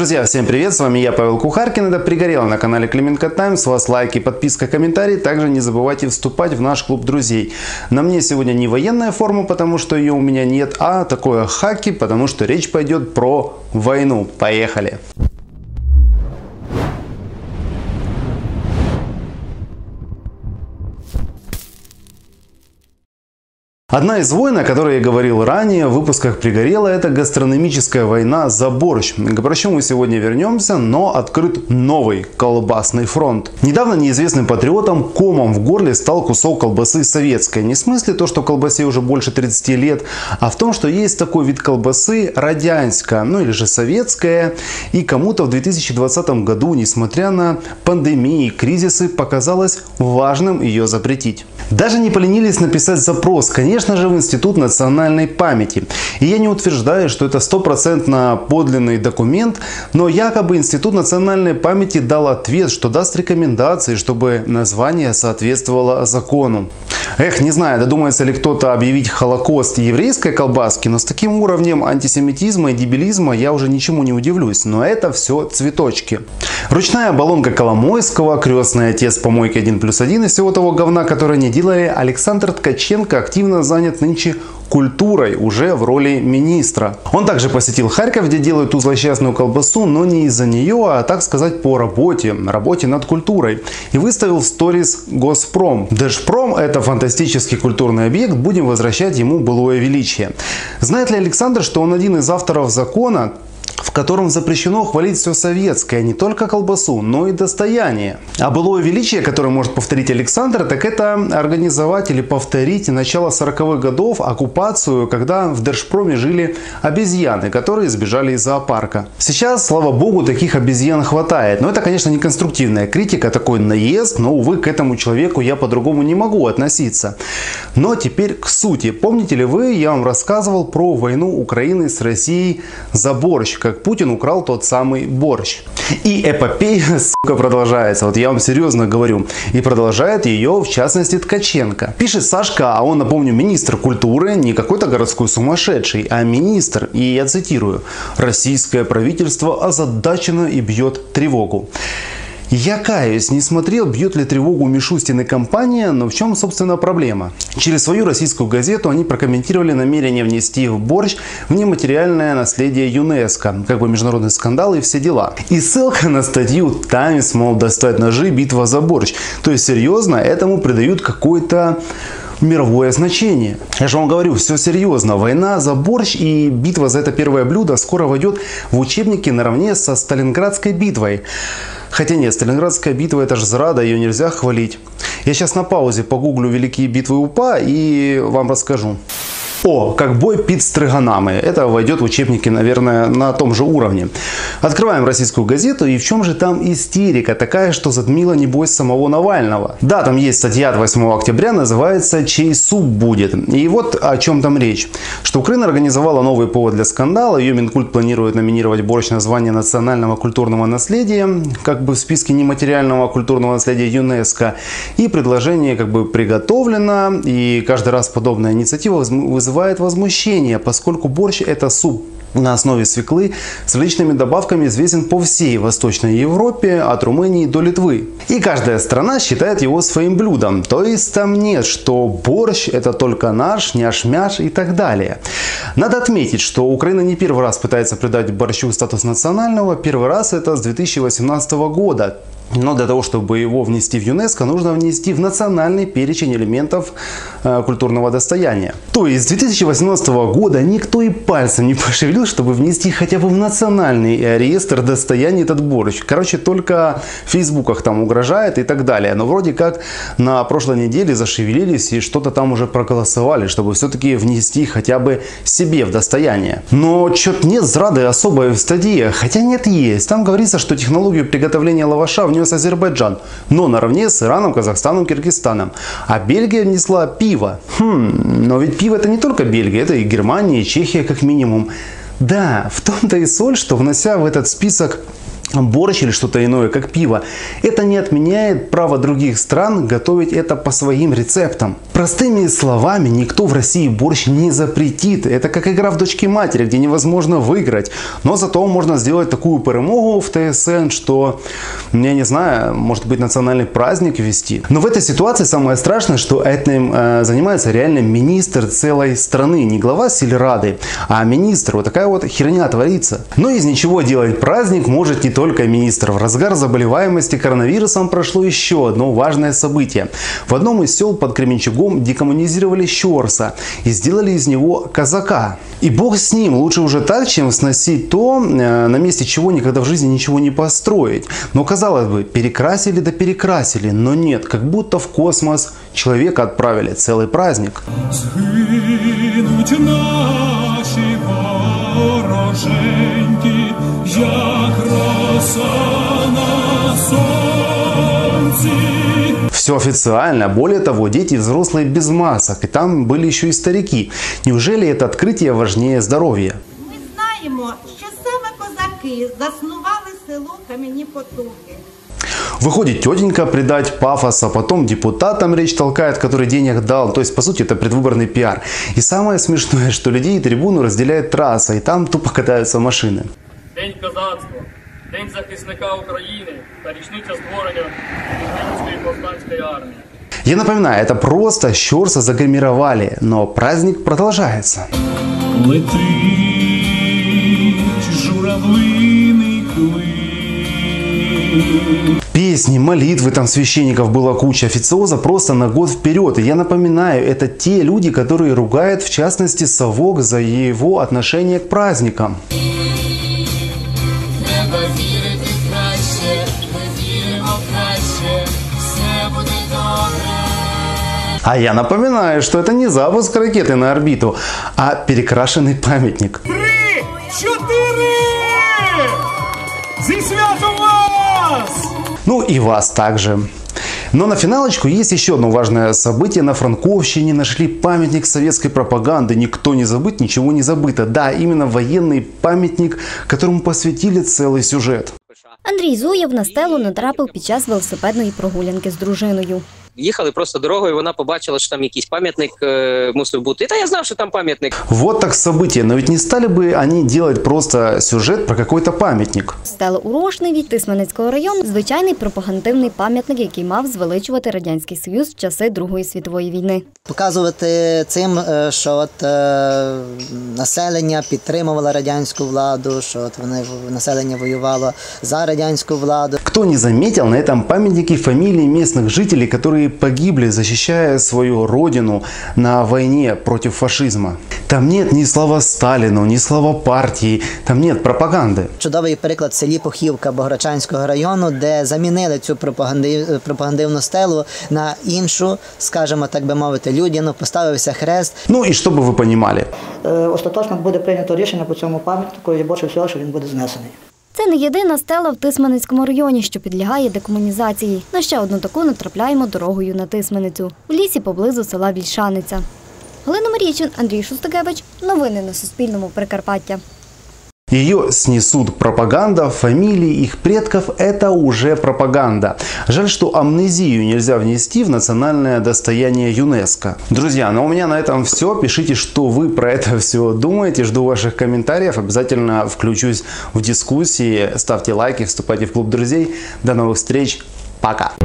Друзья, всем привет, с вами я, Павел Кухаркин, это «Пригорело» на канале Клименко Тайм. С вас лайки, подписка, комментарий. Также не забывайте вступать в наш клуб друзей. На мне сегодня не военная форма, потому что ее у меня нет, а такое хаки, потому что речь пойдет про войну. Поехали! Одна из войн, о которой я говорил ранее в выпусках «Пригорело», это гастрономическая война за борщ. К борщу мы сегодня вернемся, но открыт новый колбасный фронт. Недавно неизвестным патриотам комом в горле стал кусок колбасы советской. Не в смысле то, что колбасе уже больше 30 лет, а в том, что есть такой вид колбасы радянская, ну или же советская. И кому-то в 2020 году, несмотря на пандемии и кризисы, показалось важным ее запретить. Даже не поленились написать запрос, конечно же, в Институт национальной памяти. И я не утверждаю, что это стопроцентно подлинный документ, но якобы Институт национальной памяти дал ответ, что даст рекомендации, чтобы название соответствовало закону. Эх, не знаю, додумается ли кто-то объявить Холокост еврейской колбаски, но с таким уровнем антисемитизма и дебилизма я уже ничему не удивлюсь. Но это все цветочки. Ручная оболонка Коломойского, крестный отец помойки 1+1 и всего того говна, которое не делали, Александр Ткаченко активно занят нынче культурой, уже в роли министра. Он также посетил Харьков, где делают ту злосчастную колбасу, но не из-за нее, а так сказать по работе над культурой. И выставил в сторис Госпром. Держпром — это фантастический культурный объект, будем возвращать ему былое величие. Знает ли Александр, что он один из авторов закона, в котором запрещено хвалить все советское, не только колбасу, но и достояние? А былое величие, которое может повторить Александр, так это организовать или повторить начало 40-х годов оккупацию, когда в Держпроме жили обезьяны, которые сбежали из зоопарка. Сейчас, слава богу, таких обезьян хватает. Но это, конечно, не конструктивная критика, такой наезд, но, увы, к этому человеку я по-другому не могу относиться. Но теперь к сути. Помните ли вы, я вам рассказывал про войну Украины с Россией за борщ, как Путин украл тот самый борщ. И эпопея, сука, продолжается. Вот я вам серьезно говорю. И продолжает ее, в частности, Ткаченко. Пишет Сашка, а он, напомню, министр культуры, не какой-то городской сумасшедший, а министр. И я цитирую: «Российское правительство озадачено и бьет тревогу». Я каюсь, не смотрел, бьет ли тревогу Мишустин и компания, но в чем, собственно, проблема? Через свою российскую газету они прокомментировали намерение внести в борщ в нематериальное наследие ЮНЕСКО, как бы международный скандал и все дела. И ссылка на статью «Таймс», мол, достать ножи, битва за борщ. То есть, серьезно, этому придают какой-то мировое значение. Я же вам говорю, все серьезно. Война за борщ и битва за это первое блюдо скоро войдет в учебники наравне со Сталинградской битвой. Хотя нет, Сталинградская битва — это же зрада, ее нельзя хвалить. Я сейчас на паузе погуглю великие битвы УПА и вам расскажу. О, как бой під стриганами. Это войдет в учебники, наверное, на том же уровне. Открываем российскую газету, и в чем же там истерика такая, что затмила, небось, самого Навального? Да, там есть статья от 8 октября, называется «Чей суп будет?». И вот о чем там речь. Что Украина организовала новый повод для скандала, ее Минкульт планирует номинировать борщ на звание национального культурного наследия, как бы в списке нематериального культурного наследия ЮНЕСКО. И предложение как бы приготовлено, и каждый раз подобная инициатива вызывает возмущение, поскольку борщ — это суп на основе свеклы с различными добавками, известен по всей Восточной Европе, от Румынии до Литвы. И каждая страна считает его своим блюдом. То есть там нет, что борщ — это только наш, няш-мяш и так далее. Надо отметить, что Украина не первый раз пытается придать борщу статус национального. Первый раз это с 2018 года. Но для того, чтобы его внести в ЮНЕСКО, нужно внести в национальный перечень элементов культурного достояния. То есть с 2018 года никто и пальцем не пошевелил, чтобы внести хотя бы в национальный реестр достояний этот борщ. Короче, только в фейсбуках там угрожает и так далее. Но вроде как на прошлой неделе зашевелились и что-то там уже проголосовали, чтобы все-таки внести хотя бы себе в достояние. Но что-то нет зрады особой в статье. Хотя нет, есть. Там говорится, что технологию приготовления лаваша внес Азербайджан, но наравне с Ираном, Казахстаном, Киргизстаном. А Бельгия внесла пиво. Но ведь пиво — это не только Бельгия, это и Германия, и Чехия как минимум. Да, в том-то и соль, что внося в этот список борщ или что-то иное, как пиво, это не отменяет право других стран готовить это по своим рецептам. Простыми словами, никто в России борщ не запретит. Это как игра в дочки-матери, где невозможно выиграть. Но зато можно сделать такую перемогу в ТСН, что, я не знаю, может быть, национальный праздник ввести. Но в этой ситуации самое страшное, что этим занимается реально министр целой страны. Не глава сельрады, а министр. Вот такая вот херня творится. Но из ничего делать праздник может не только министр. В разгар заболеваемости коронавирусом прошло еще одно важное событие. В одном из сел под Кременчугом декоммунизировали щорса и сделали из него казака. И бог с ним, лучше уже так, чем сносить то, на месте чего никогда в жизни ничего не построить. Но казалось бы, перекрасили да перекрасили, но нет, как будто в космос человека отправили, целый праздник. Все официально, более того, дети и взрослые без масок, и там были еще и старики. Неужели это открытие важнее здоровья? Ми знаємо, що саме козаки заснували село Кам'яні Потоки. Выходит тетенька придать пафоса, потом депутатам речь толкает, который денег дал. То есть, по сути, это предвыборный пиар. И самое смешное, что людей и трибуну разделяет трасса, и там тупо катаются машины. День козацтва, День захисника України та річниця створення Української повстанської армії. Я напоминаю, это просто щорса загримировали, но праздник продолжается. Летить журавлиний клин. Песни, молитвы там священников была куча, официоза просто на год вперед. И я напоминаю, это те люди, которые ругают в частности совок за его отношение к праздникам. А я напоминаю, что это не запуск ракеты на орбиту, а перекрашенный памятник. 3, 4! Зі святом вас! Ну и вас также. Но на финалочку есть еще одно важное событие. На Франковщине нашли памятник советской пропаганды. Никто не забыт, ничего не забыто. Да, именно военный памятник, которому посвятили целый сюжет. Андрій Зуєв на стелу натрапив під час велосипедної прогулянки з дружиною. Їхали просто дорогою, вона побачила, що там якийсь пам'ятник мусив бути. Та я знав, що там пам'ятник. Вот так событие. Но ведь не стали бы они делать просто сюжет про какой-то памятник. Стела у Рошневі, Тисменецького району – звичайний пропагандивний пам'ятник, який мав звеличувати Радянський Союз в часи Другої світової війни. Показувати цим, що населення підтримувало радянську владу, що населення воювало за радянську владу. Кто не заметил на этом памятнике фамилии местных жителей, которые погибли, защищая свою родину на войне против фашизма? Там нет ни слова Сталину, ни слова партии, там нет пропаганды. Чудовий приклад в селі Похівка Богородчанського району, де замінили цю пропагандивну стелу на іншу, скажімо, так би мовити, людяну, поставився хрест. Ну и чтобы вы понимали. Остаточно буде прийнято рішення по цьому пам'ятнику і більше всього, що він буде знесений. Це не єдина стела в Тисменецькому районі, що підлягає декомунізації. На ще одну таку натрапляємо дорогою на Тисменицю, в лісі поблизу села Вільшаниця. Галина Марійчин, Андрій Шустакевич. Новини на Суспільному. Прикарпаття. Ее снесут пропаганда, фамилии их предков – это уже пропаганда. Жаль, что амнезию нельзя внести в национальное достояние ЮНЕСКО. Друзья, ну у меня на этом все. Пишите, что вы про это все думаете. Жду ваших комментариев. Обязательно включусь в дискуссии. Ставьте лайки, вступайте в клуб друзей. До новых встреч. Пока.